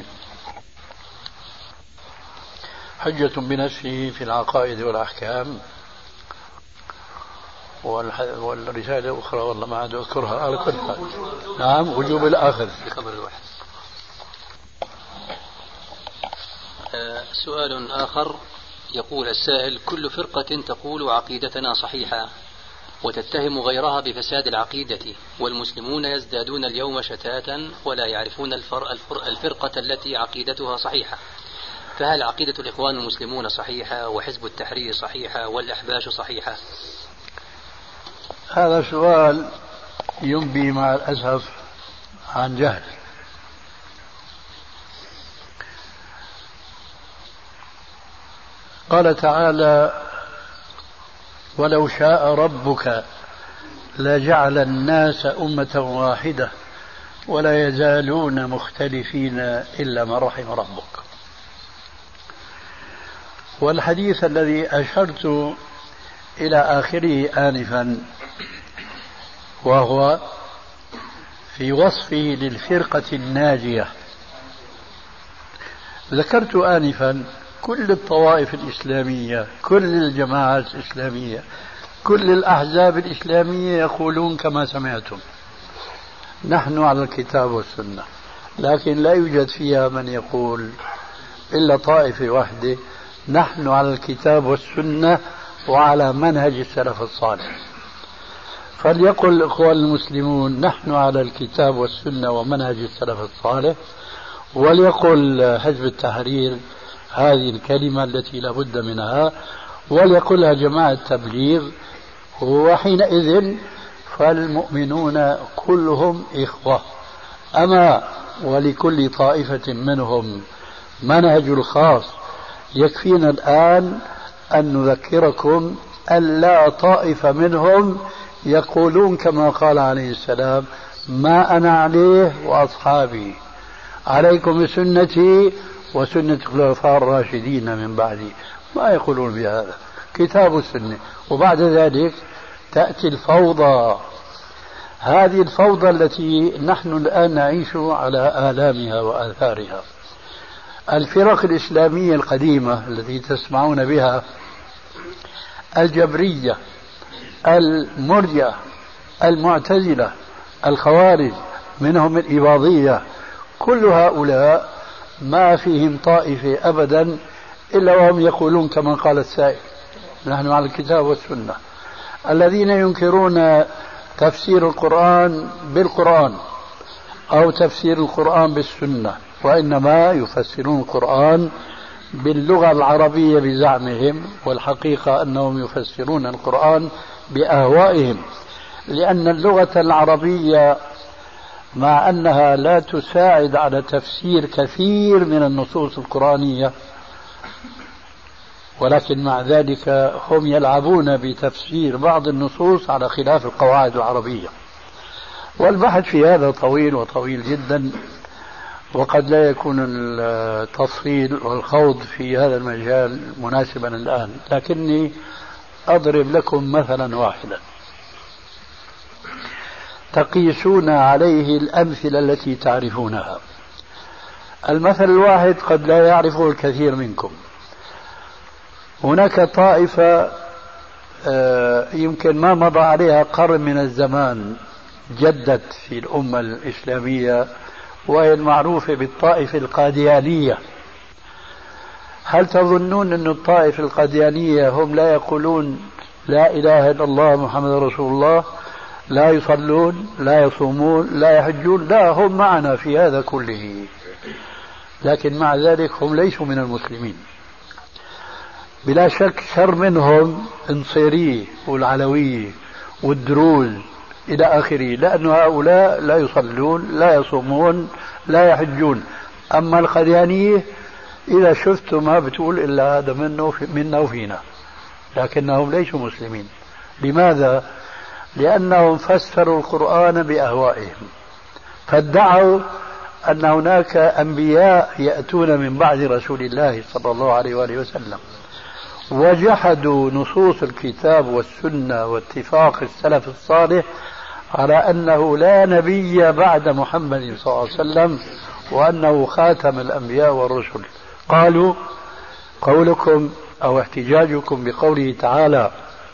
حجة بنفسه في العقائد والأحكام. والرسالة الأخرى والله ما عاد أذكرها على كل حال. نعم، وجوب الأخذ
في خبر الواحد. سؤال آخر يقول السائل: كل فرقة تقول عقيدتنا صحيحة وتتهم غيرها بفساد العقيدة، والمسلمون يزدادون اليوم شتاتا ولا يعرفون الفرقة التي عقيدتها صحيحة، فهل عقيدة الإخوان المسلمون صحيحة وحزب التحرير صحيحة والأحباش صحيحة؟
هذا سؤال ينبي مع الأسف عن جهل. قال تعالى: ولو شاء ربك لجعل الناس أمة واحدة ولا يزالون مختلفين إلا من رحم ربك. والحديث الذي أشرت إلى آخره آنفا وهو في وصفه للفرقة الناجية، ذكرت آنفا كل الطوائف الإسلامية، كل الجماعات الإسلامية، كل الأحزاب الإسلامية يقولون كما سمعتم: نحن على الكتاب والسنة، لكن لا يوجد فيها من يقول إلا طائفة واحدة: نحن على الكتاب والسنة وعلى منهج السلف الصالح. فليقل الإخوان المسلمون: نحن على الكتاب والسنة ومنهج السلف الصالح، وليقل حزب التحرير هذه الكلمة التي لا بد منها، وليقلها جماعة التبليغ، وحينئذ فالمؤمنون كلهم إخوة. أما ولكل طائفة منهم منهج الخاص. يكفينا الآن أن نذكركم أن لا طائفة منهم يقولون كما قال عليه السلام: ما أنا عليه وأصحابي، عليكم بسنتي وسنة الخلفاء الراشدين من بعدي. ما يقولون بهذا، كتاب السنة. وبعد ذلك تأتي الفوضى، هذه الفوضى التي نحن الآن نعيش على آلامها وآثارها. الفرق الإسلامية القديمة التي تسمعون بها، الجبرية، المرجئة، المعتزلة، الخوارج، منهم الإباضية، كل هؤلاء ما فيهم طائفة أبدا إلا وهم يقولون كما قال السائل: نحن على الكتاب والسنة. الذين ينكرون تفسير القرآن بالقرآن أو تفسير القرآن بالسنة، وإنما يفسرون القرآن باللغة العربية بزعمهم، والحقيقة أنهم يفسرون القرآن بأهوائهم، لأن اللغة العربية مع أنها لا تساعد على تفسير كثير من النصوص القرآنية، ولكن مع ذلك هم يلعبون بتفسير بعض النصوص على خلاف القواعد العربية. والبحث في هذا طويل وطويل جدا، وقد لا يكون التفصيل والخوض في هذا المجال مناسبا الآن، لكني أضرب لكم مثلا واحدا تقيسون عليه الأمثلة التي تعرفونها. المثل الواحد قد لا يعرفه الكثير منكم. هناك طائفة يمكن ما مضى عليها قرن من الزمان جدت في الأمة الإسلامية، وهي المعروفة بالطائفة القاديانية. هل تظنون أن الطائفة القاديانية هم لا يقولون لا إله إلا الله محمد رسول الله، لا يصلون، لا يصومون، لا يحجون؟ لا، هم معنا في هذا كله، لكن مع ذلك هم ليسوا من المسلمين. بلا شك شر منهم النصيرية والعلوية والدروز إلى آخره، لأن هؤلاء لا يصلون، لا يصومون، لا يحجون. أما القاديانية إذا شفت ما بتقول إلا هذا منا وفينا، لكنهم ليسوا مسلمين. لماذا؟ لأنهم فسروا القرآن بأهوائهم، فادعوا أن هناك أنبياء يأتون من بعد رسول الله صلى الله عليه وآله وسلم، وجحدوا نصوص الكتاب والسنة واتفاق السلف الصالح على أنه لا نبي بعد محمد صلى الله عليه وسلم، وأنه خاتم الأنبياء والرسل. قالوا قولكم أو احتجاجكم بقوله تعالى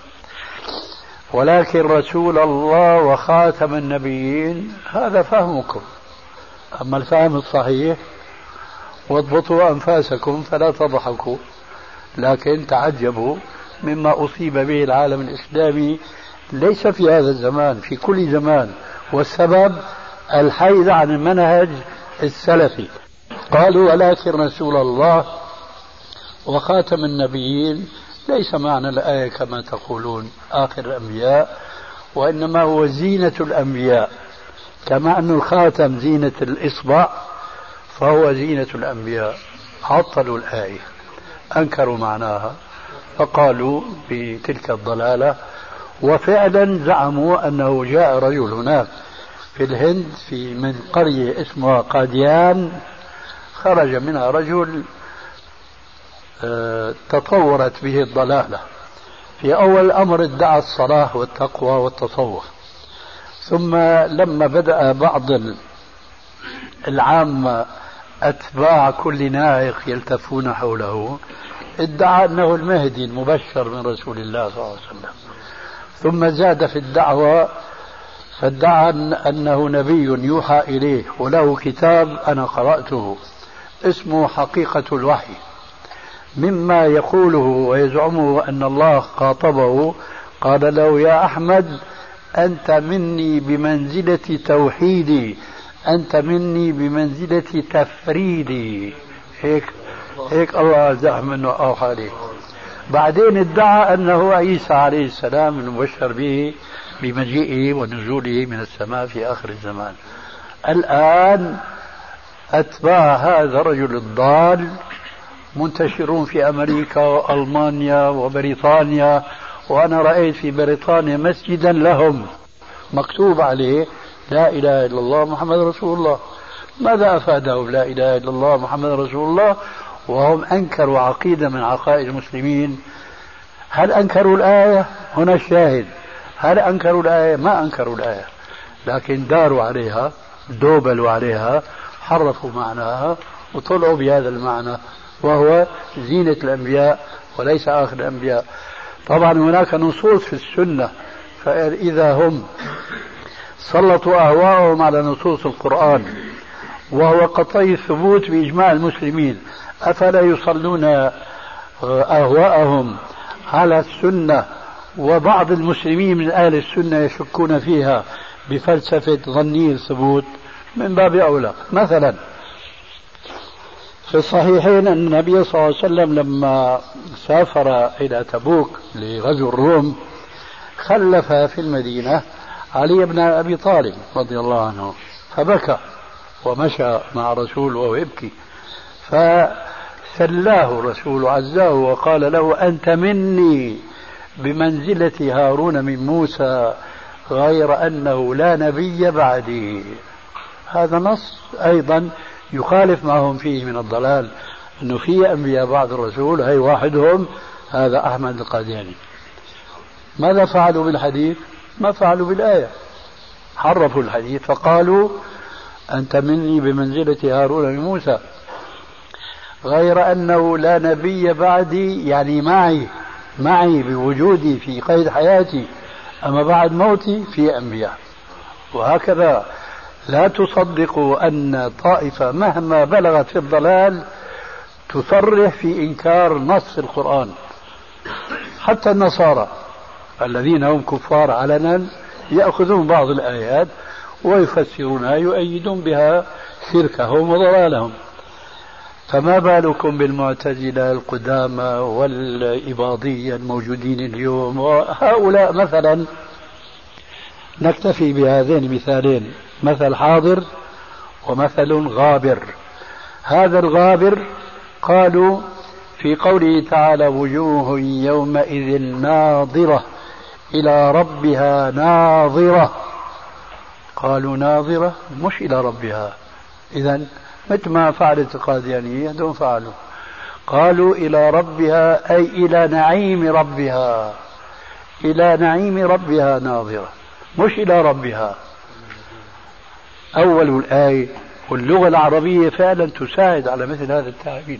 ولكن رسول الله وخاتم النبيين، هذا فهمكم. أما الفهم الصحيح واضبطوا أنفاسكم فلا تضحكوا، لكن تعجبوا مما أصيب به العالم الإسلامي ليس في هذا الزمان، في كل زمان، والسبب الحيد عن المنهج السلفي. قالوا ولكن رسول الله وخاتم النبيين، ليس معنى الآية كما تقولون آخر الأنبياء، وإنما هو زينة الأنبياء، كما أن الخاتم زينة الإصبع فهو زينة الأنبياء. عطلوا الآية، أنكروا معناها، فقالوا بتلك الضلالة. وفعلا زعموا أنه جاء رجل هناك في الهند من قرية اسمها قاديان، خرج منها رجل تطورت به الضلالة. في أول الأمر ادعى الصلاح والتقوى والتصوف، ثم لما بدأ بعض العامة أتباع كل نائق يلتفون حوله ادعى أنه المهدي المبشر من رسول الله صلى الله عليه وسلم، ثم زاد في الدعوة فادعى أنه نبي يوحى إليه وله كتاب أنا قرأته اسمه حقيقة الوحي، مما يقوله ويزعمه أن الله خاطبه قال له يا أحمد أنت مني بمنزلة توحيدي، أنت مني بمنزلة تفريدي. هيك الله زعم منه أوحى عليه. بعدين ادعى أنه عيسى عليه السلام المبشر به بمجيئه ونزوله من السماء في آخر الزمان. الآن أتباع هذا الرجل الضال منتشرون في أمريكا وألمانيا وبريطانيا، وأنا رأيت في بريطانيا مسجدا لهم مكتوب عليه لا إله إلا الله محمد رسول الله. ماذا أفادهم لا إله إلا الله محمد رسول الله وهم أنكروا عقيدة من عقائد المسلمين؟ هل أنكروا الآية؟ هنا الشاهد. هل أنكروا الآية؟ ما أنكروا الآية، لكن داروا عليها، دوبلوا عليها، حرفوا معناها وطلعوا بهذا المعنى وهو زينة الأنبياء وليس آخر الأنبياء. طبعا هناك نصوص في السنة، فإذا هم سلطوا أهواءهم على نصوص القرآن وهو قطعي الثبوت بإجماع المسلمين، أفلا يصلون أهواءهم على السنة؟ وبعض المسلمين من أهل السنة يشكون فيها بفلسفة ظني الثبوت، من باب أولى. مثلا في الصحيحين أن النبي صلى الله عليه وسلم لما سافر إلى تبوك لغزو الروم خلف في المدينة علي بن أبي طالب رضي الله عنه، فبكى ومشى مع الرسول وهو يبكي، فسلاه الرسول عزاه وقال له أنت مني بمنزلة هارون من موسى غير أنه لا نبي بعدي. هذا نص أيضا يخالف ما هم فيه من الضلال، أنه في أنبياء بعد الرسول، هي واحدهم هذا أحمد القادياني. ماذا فعلوا بالحديث؟ ما فعلوا بالآية، حرفوا الحديث فقالوا أنت مني بمنزلة هارون من موسى، غير أنه لا نبي بعدي، يعني معي بوجودي في قيد حياتي، أما بعد موتي في أنبياء. وهكذا لا تصدقوا أن طائفة مهما بلغت في الضلال تصرح في إنكار نص القرآن. حتى النصارى الذين هم كفار علنا يأخذون بعض الآيات ويفسرونها، يؤيدون بها شركهم وضلالهم. فما بالكم بالمعتزلة القدامى والإباضية الموجودين اليوم؟ وهؤلاء مثلا نكتفي بهذين المثالين، مثل حاضر ومثل غابر. هذا الغابر قالوا في قوله تعالى وجوه يومئذ ناظرة إلى ربها ناظرة، قالوا ناظرة مش إلى ربها، إذن مثل ما فعلت القاديانية دون فعلوا، قالوا إلى ربها أي إلى نعيم ربها، إلى نعيم ربها ناظرة مش إلى ربها. أول الآية، واللغة العربية فعلا تساعد على مثل هذا التعبير.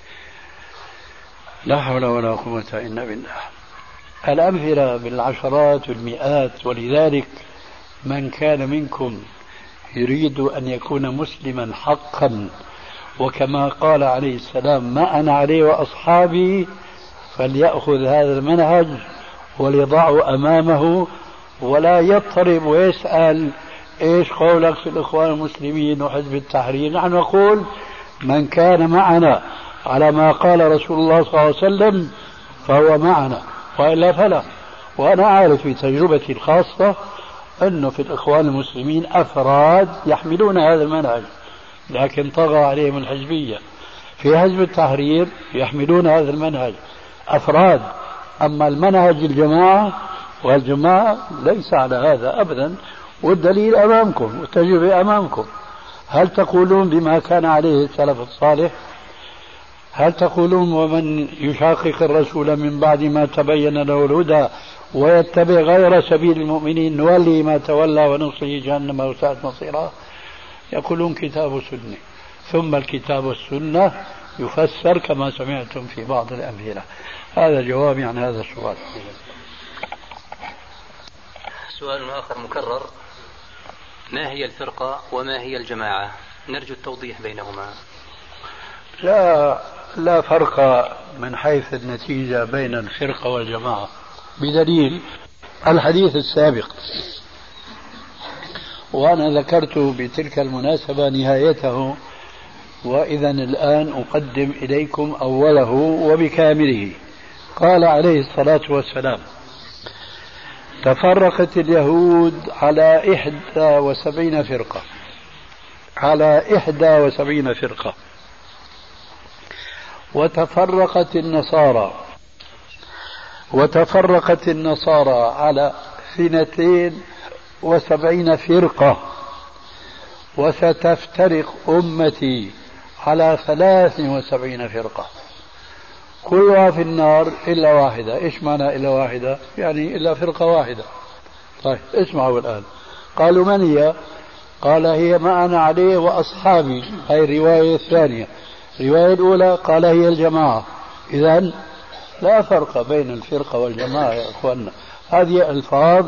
لا حول ولا قوة إلا بالله. الأمثلة بالعشرات والمئات. ولذلك من كان منكم يريد أن يكون مسلما حقا، وكما قال عليه السلام ما أنا عليه وأصحابي، فليأخذ هذا المنهج وليضعه أمامه، ولا يضطرب ويسأل إيش قولك في الإخوان المسلمين وحزب التحرير. نحن نقول من كان معنا على ما قال رسول الله صلى الله عليه وسلم فهو معنا، وإلا فلا. وأنا أعرف في تجربتي الخاصة أنه في الإخوان المسلمين أفراد يحملون هذا المنهج لكن طغى عليهم الحزبية. في حزب التحرير يحملون هذا المنهج أفراد، أما المنهج الجماعة والجماعة ليس على هذا أبدا. والدليل أمامكم والتجربة أمامكم. هل تقولون بما كان عليه السلف الصالح؟ هل تقولون ومن يشاقق الرسول من بعد ما تبين له الهدى ويتبع غير سبيل المؤمنين نولي ما تولى ونصله جهنم وساءت مصيرا؟ يقولون كتاب وسنة، ثم الكتاب والسنة يفسر كما سمعتم في بعض الأمثلة. هذا جوابي عن هذا السؤال.
سؤال آخر مكرر: ما هي الفرقة وما هي الجماعة؟ نرجو التوضيح بينهما.
لا فرق من حيث النتيجة بين الفرقة والجماعة، بدليل الحديث السابق، وأنا ذكرت بتلك المناسبة نهايته، وإذا الآن أقدم إليكم أوله وبكامله. قال عليه الصلاة والسلام: تفرقت اليهود على 71 فرقة، على 71 فرقة، وتفرقت النصارى على 72 فرقة، وستفترق أمتي على 73 فرقة، كلها في النار إلا واحدة. إيش معنى إلا واحدة؟ يعني إلا فرقة واحدة. طيب اسمعوا الآن. قالوا من هي؟ قال هي ما أنا عليه وأصحابي، هاي الرواية الثانية. الرواية الأولى قال هي الجماعة. إذن لا فرق بين الفرقة والجماعة يا أخوانا. هذه ألفاظ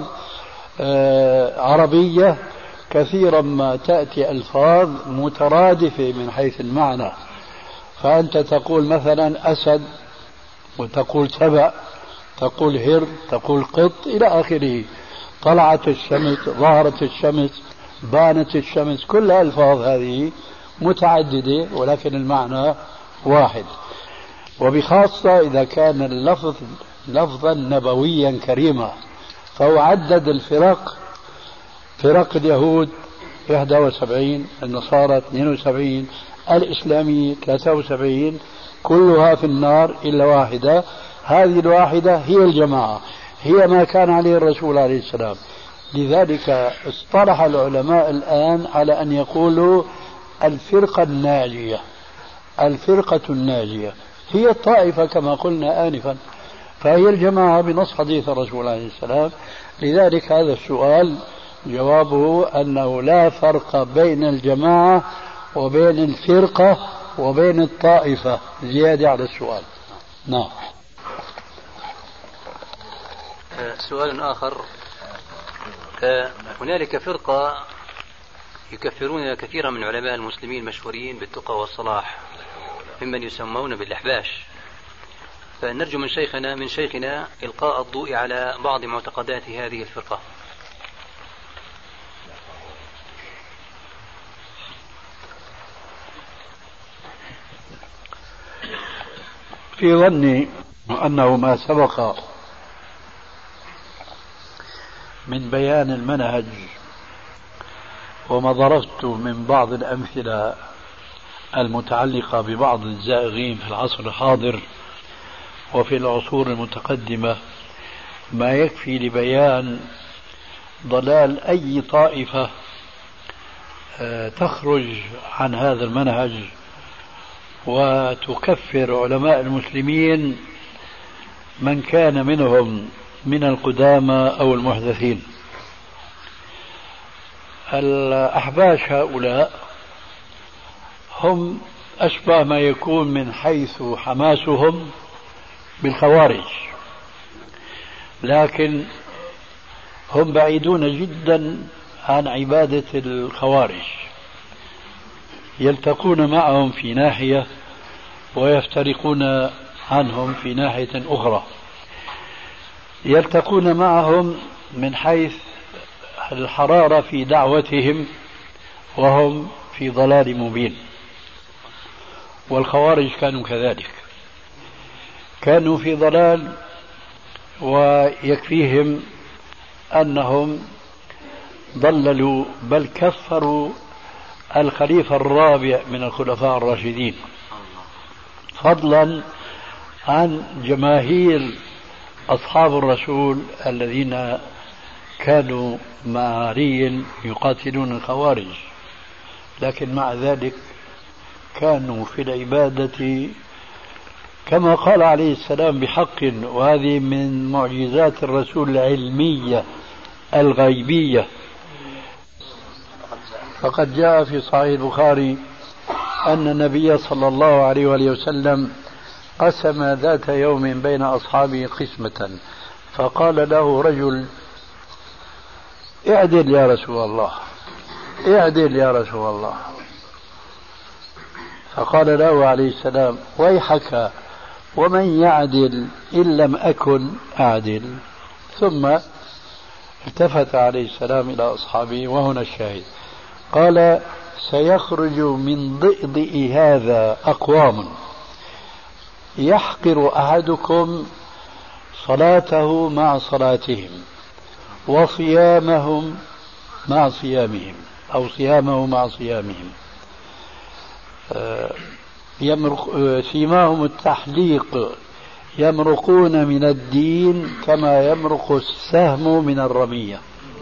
عربية كثيرا ما تأتي ألفاظ مترادفة من حيث المعنى. فأنت تقول مثلا أسد، وتقول سبع، تقول هر، تقول قط، إلى آخره. طلعت الشمس، ظهرت الشمس، بانت الشمس، كل الألفاظ هذه متعددة ولكن المعنى واحد. وبخاصة إذا كان اللفظ لفظا نبويا كريما، فهو عدد الفرق. فرق اليهود 71، النصارى 72، الإسلامية 73، كلها في النار إلا واحدة. هذه الواحدة هي الجماعة، هي ما كان عليه الرسول عليه السلام. لذلك اصطلح العلماء الآن على أن يقولوا الفرقة الناجية. الفرقة الناجية هي الطائفة كما قلنا آنفا، فهي الجماعة بنص حديث الرسول عليه السلام. لذلك هذا السؤال جوابه أنه لا فرق بين الجماعة وبين الفرقة وبين الطائفة، زيادة على السؤال. نعم.
سؤال آخر، هنالك فرقة يكفرون كثيرا من علماء المسلمين المشهورين بالتقى والصلاح ممن يسمون بالأحباش، فنرجو من شيخنا إلقاء الضوء على بعض معتقدات هذه الفرقة.
في ظني أنه ما سبق من بيان المنهج وما ضربت من بعض الأمثلة المتعلقة ببعض الزائغين في العصر الحاضر وفي العصور المتقدمة ما يكفي لبيان ضلال أي طائفة تخرج عن هذا المنهج وتكفر علماء المسلمين من كان منهم من القدامى أو المحدثين. الأحباش هؤلاء هم أشبه ما يكون من حيث حماسهم بالخوارج، لكن هم بعيدون جدا عن عبادة الخوارج، يلتقون معهم في ناحية ويفترقون عنهم في ناحية أخرى. يلتقون معهم من حيث الحرارة في دعوتهم وهم في ضلال مبين، والخوارج كانوا كذلك، كانوا في ضلال، ويكفيهم أنهم ضللوا بل كفروا الخليفة الرابع من الخلفاء الراشدين، فضلا عن جماهير أصحاب الرسول الذين كانوا مع علي يقاتلون الخوارج، لكن مع ذلك كانوا في العبادة كما قال عليه السلام بحق، وهذه من معجزات الرسول العلمية الغيبية. فقد جاء في صحيح البخاري أن النبي صلى الله عليه وآله وسلم قسم ذات يوم بين أصحابه قسمة، فقال له رجل: اعدل يا رسول الله، اعدل يا رسول الله. فقال له عليه السلام: ويحك، ومن يعدل إن لم أكن أعدل. ثم التفت عليه السلام إلى أصحابه، وهنا الشاهد، قال: سيخرج من ضئضئ هذا أقوام يحقر أحدكم صلاته مع صلاتهم وصيامهم مع صيامهم أو صيامه مع صيامهم، سيماهم التحليق، يمرقون من الدين كما يمرق السهم من الرمية.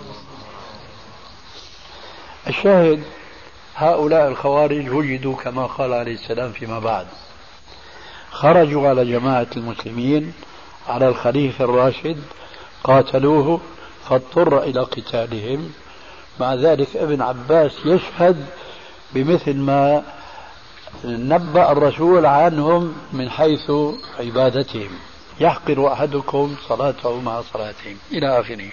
الشاهد هؤلاء الخوارج وجدوا كما قال عليه السلام فيما بعد، خرجوا على جماعة المسلمين على الخليفة الراشد، قاتلوه فاضطر إلى قتالهم. مع ذلك ابن عباس يشهد بمثل ما نبأ الرسول عنهم من حيث عبادتهم، يحقر أحدكم صلاته مع صلاتهم إلى آخره.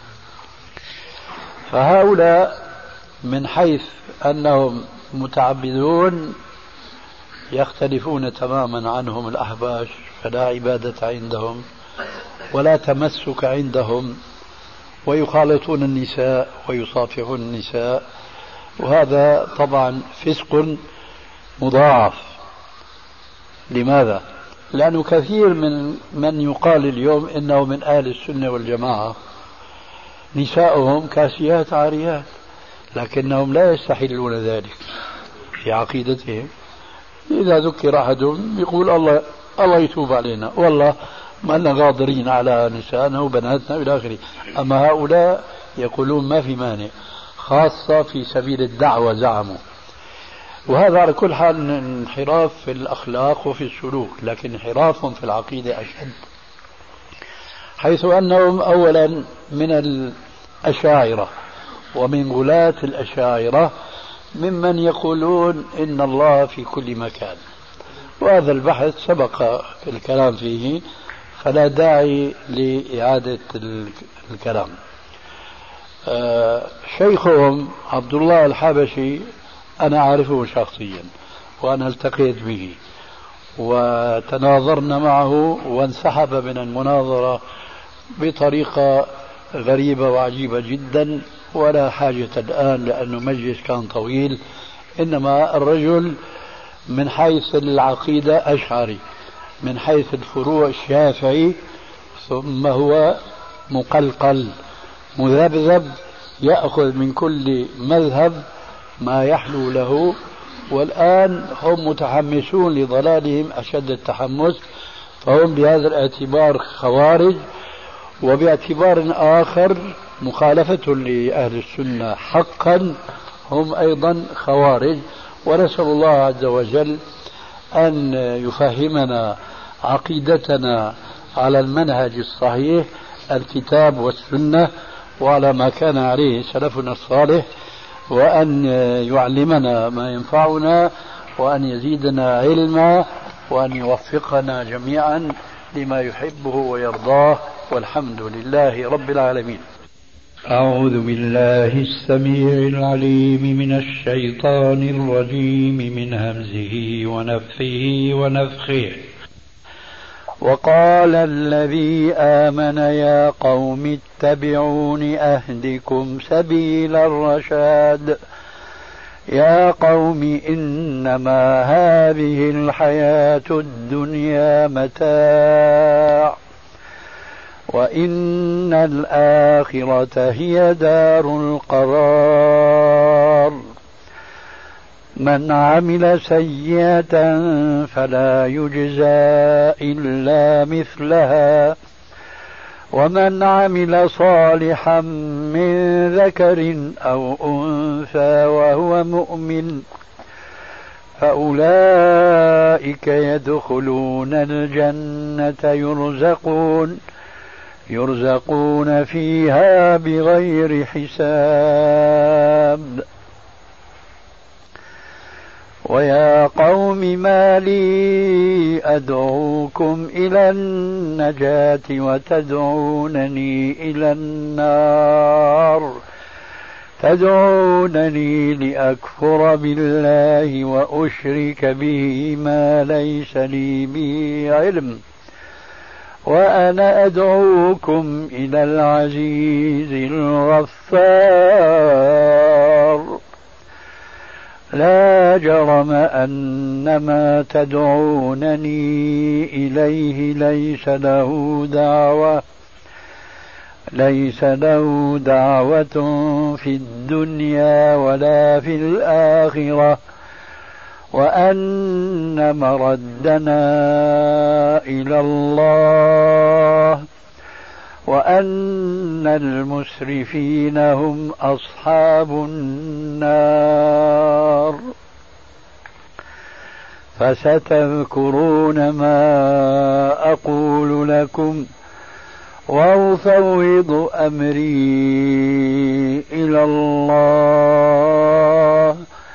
فهؤلاء من حيث أنهم متعبدون يختلفون تماما عنهم الأحباش، فلا عبادة عندهم ولا تمسك عندهم، ويخالطون النساء ويصافحون النساء، وهذا طبعا فسق مضاعف. لماذا؟ لأنه كثير من يقال اليوم إنه من أهل السنة والجماعة نساؤهم كاسيات عاريات، لكنهم لا يستحلون ذلك في عقيدتهم. إذا ذكر أحدهم يقول الله يتوب علينا، والله ما لنا قادرين على نسائنا وبناتنا إلى آخره. أما هؤلاء يقولون ما في مانع، خاصة في سبيل الدعوة زعموا. وهذا على كل حال انحراف في الأخلاق وفي السلوك، لكن انحراف في العقيدة أشد، حيث أنهم أولا من الأشاعرة ومن غلاة الأشاعرة ممن يقولون إن الله في كل مكان، وهذا البحث سبق الكلام فيه فلا داعي لإعادة الكلام. شيخهم عبد الله الحبشي أنا أعرفه شخصيا وأنا التقيت به وتناظرنا معه، وانسحب من المناظرة بطريقة غريبة وعجيبة جدا، ولا حاجة الآن لأنه مجلس كان طويل. إنما الرجل من حيث العقيدة أشعري، من حيث الفروع الشافعي، ثم هو مقلقل مذبذب يأخذ من كل مذهب ما يحلو له. والآن هم متحمسون لضلالهم أشد التحمس، فهم بهذا الاعتبار خوارج، وباعتبار آخر مخالفة لأهل السنة حقا هم أيضا خوارج. ونسأل الله عز وجل أن يفهمنا عقيدتنا على المنهج الصحيح، الكتاب والسنة، وعلى ما كان عليه سلفنا الصالح، وأن يعلمنا ما ينفعنا، وأن يزيدنا علما، وأن يوفقنا جميعا لما يحبه ويرضاه، والحمد لله رب العالمين.
أعوذ بالله السميع العليم من الشيطان الرجيم من همزه ونفثه ونفخه.
وقال الذي آمن يا قوم اتبعون أهدكم سبيل الرشاد يا قوم إنما هذه الحياة الدنيا متاع وإن الآخرة هي دار القرار من عمل سيئة فلا يجزى إلا مثلها ومن عمل صالحا من ذكر أو أنثى وهو مؤمن فأولئك يدخلون الجنة يرزقون فيها بغير حساب. ويا قوم ما لي أدعوكم إلى النجاة وتدعونني إلى النار تدعونني لأكفر بالله وأشرك به ما ليس لي به علم وأنا أدعوكم إلى العزيز الغفار لا جرم أن ما تدعونني إليه ليس له دعوة في الدنيا ولا في الآخرة وأن مردنا إلى الله وأن المسرفين هم أصحاب النار. فستذكرون ما أقول لكم وأفوض أمري إلى الله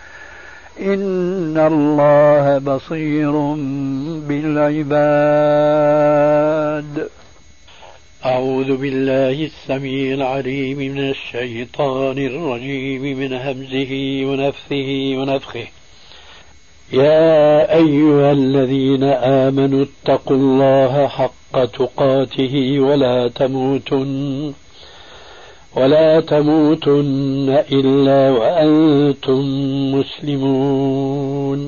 إن الله بصير بالعباد.
أعوذ بالله السميع العليم من الشيطان الرجيم من همزه ونفثه ونفخه. يا أيها الذين آمنوا اتقوا الله حق تقاته ولا تموتن إلا وأنتم مسلمون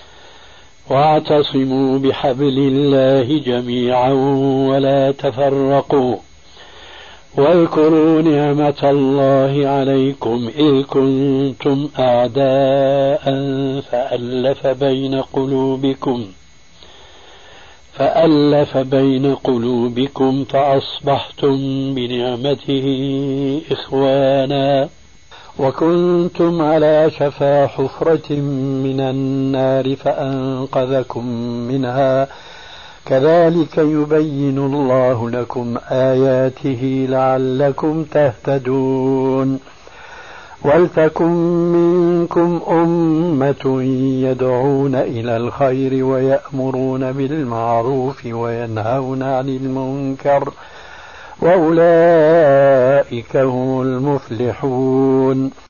واعتصموا بحبل الله جميعا ولا تفرقوا واذكروا نعمة الله عليكم إذ كنتم أعداء فألف بين قلوبكم فأصبحتم بنعمته إخوانا وكنتم على شفا حفرة من النار فأنقذكم منها كذلك يبين الله لكم آياته لعلكم تهتدون ولتكن منكم أمة يدعون إلى الخير ويأمرون بالمعروف وينهون عن المنكر وأولئك هم المفلحون.